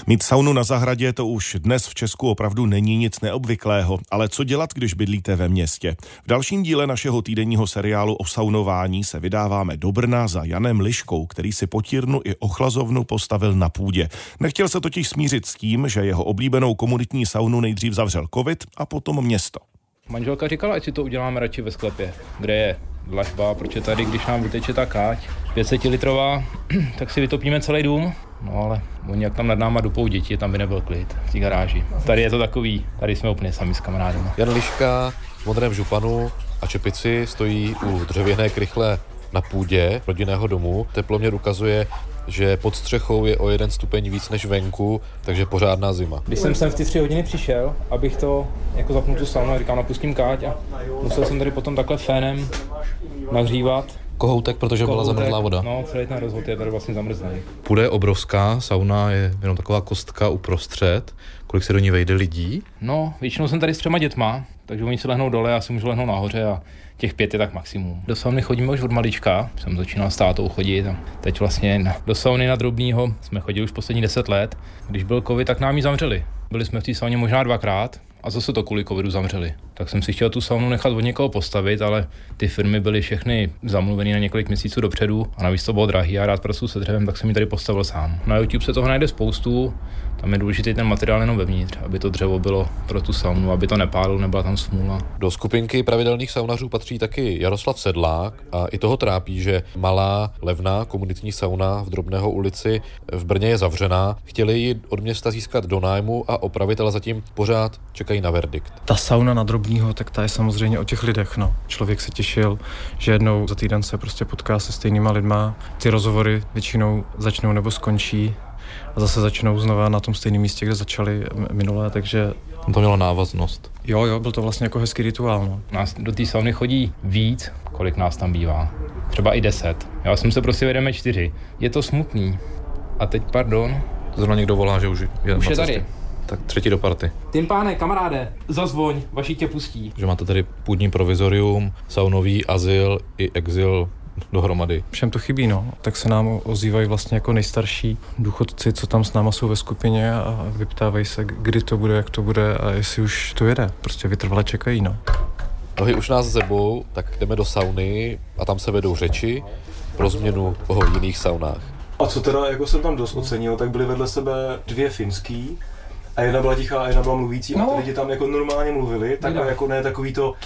Mít saunu na zahradě to už dnes v Česku opravdu není nic neobvyklého, ale co dělat, když bydlíte ve městě? V dalším díle našeho týdenního seriálu o saunování se vydáváme do Brna za Janem Liškou, který si potírnu i ochlazovnu postavil na půdě. Nechtěl se totiž smířit s tím, že jeho oblíbenou komunitní saunu nejdřív zavřel covid a potom město. Manželka říkala, ať si to uděláme radši ve sklepě, kde je dlažba, protože tady, když nám vyteče ta káť 500 litrová, tak si vytopíme celý dům. No ale oni jak tam nad náma dupou děti, tam by nebyl klid v té garáži. Tady je to takový, tady jsme úplně sami s kamarádama. Jan Liška v modrém županu a čepici stojí u dřevěné krychle na půdě rodinného domu. Teploměr ukazuje, že pod střechou je o 1 stupeň víc než venku, takže pořádná zima. Když jsem sem v ty 3 hodiny přišel, abych to jako zapnul tu saunu, říkám, napustím káť a musel jsem tady potom takhle fénem nahřívat. Kohoutek, protože byla zamrzlá voda. No, celý ten rozvod je tady vlastně zamrzlý. Půda je obrovská, sauna je jenom taková kostka uprostřed. Kolik se do ní vejde lidí? No, většinou jsem tady s 3 dětma, takže oni se lehnou dole, já si můžu lehnout nahoře a těch 5 je tak maximum. Do sauny chodíme už od malička, jsem začínal s tátou chodit a teď vlastně do sauny na Drobnýho jsme chodili už poslední 10 let. Když byl covid, tak nám ji zavřeli. Byli jsme v té sauně možná 2krát a zase to kvůli covidu zavřeli. Tak jsem si chtěl tu saunu nechat od někoho postavit, ale ty firmy byly všechny zamluvený na několik měsíců dopředu a navíc to bylo drahý a rád pracuji se dřevem, tak jsem ji tady postavil sám. Na YouTube se toho najde spoustu, tam je důležitý ten materiál jenom vevnitř, aby to dřevo bylo pro tu saunu, aby to nepálilo, nebyla tam smůla. Do skupinky pravidelných saunařů patří taky Jaroslav Sedlák a i toho trápí, že malá, levná komunitní sauna v Drobného ulici v Brně je zavřená. Chtěli ji od města získat do nájmu a opravit, ale zatím pořád čekají na verdikt. Ta sauna na Drobného, tak ta je samozřejmě o těch lidech, no. Člověk se těšil, že jednou za týden se prostě potká se stejnýma lidma. Ty rozhovory většinou začnou nebo skončí a zase začnou znova na tom stejném místě, kde začali minulé, takže... To mělo návaznost. Jo, byl to vlastně jako hezký rituál, no. Nás do té sauny chodí víc, kolik nás tam bývá. Třeba i 10. Já jsem se prostě vedeme 4. Je to smutný. A teď, pardon. Zrovna někdo volá, že už je tady. Tak 3 do party. Tím páne, kamaráde, zazvoň, vaši tě pustí. Že máte tady půdní provizorium, saunový azyl i exil dohromady. Všem to chybí, no. Tak se nám ozývají vlastně jako nejstarší důchodci, co tam s náma jsou ve skupině a vyptávají se, kdy to bude, jak to bude a jestli už to jede. Prostě vytrvale čekají, no. Nohy už nás zebou, tak jdeme do sauny a tam se vedou řeči pro změnu o jiných saunách. A co teda, jako jsem tam dost ocenil, tak byly vedle sebe 2 finský a jedna byla tichá a jedna byla mluvící a ty lidi tam jako normálně mluvili, tak jako ne takový to,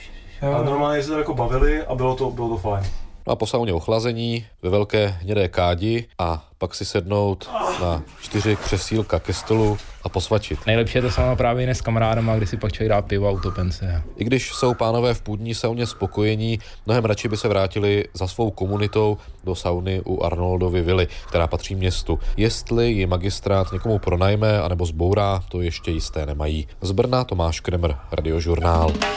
a normálně se tam jako bavili a bylo to fajn. No a po sauně ochlazení ve velké hnědé kádi a pak si sednout na 4 křesílka ke stolu a posvačit. Nejlepší je to sauna právě jen s kamarádama, kdy si pak člověk dá pivo a utopence. I když jsou pánové v půdní sauně spokojení, mnohem radši by se vrátili za svou komunitou do sauny u Arnoldovy vily, která patří městu. Jestli ji magistrát někomu pronajme anebo zbourá, to ještě jisté nemají. Z Brna Tomáš Kremer, Radiožurnál.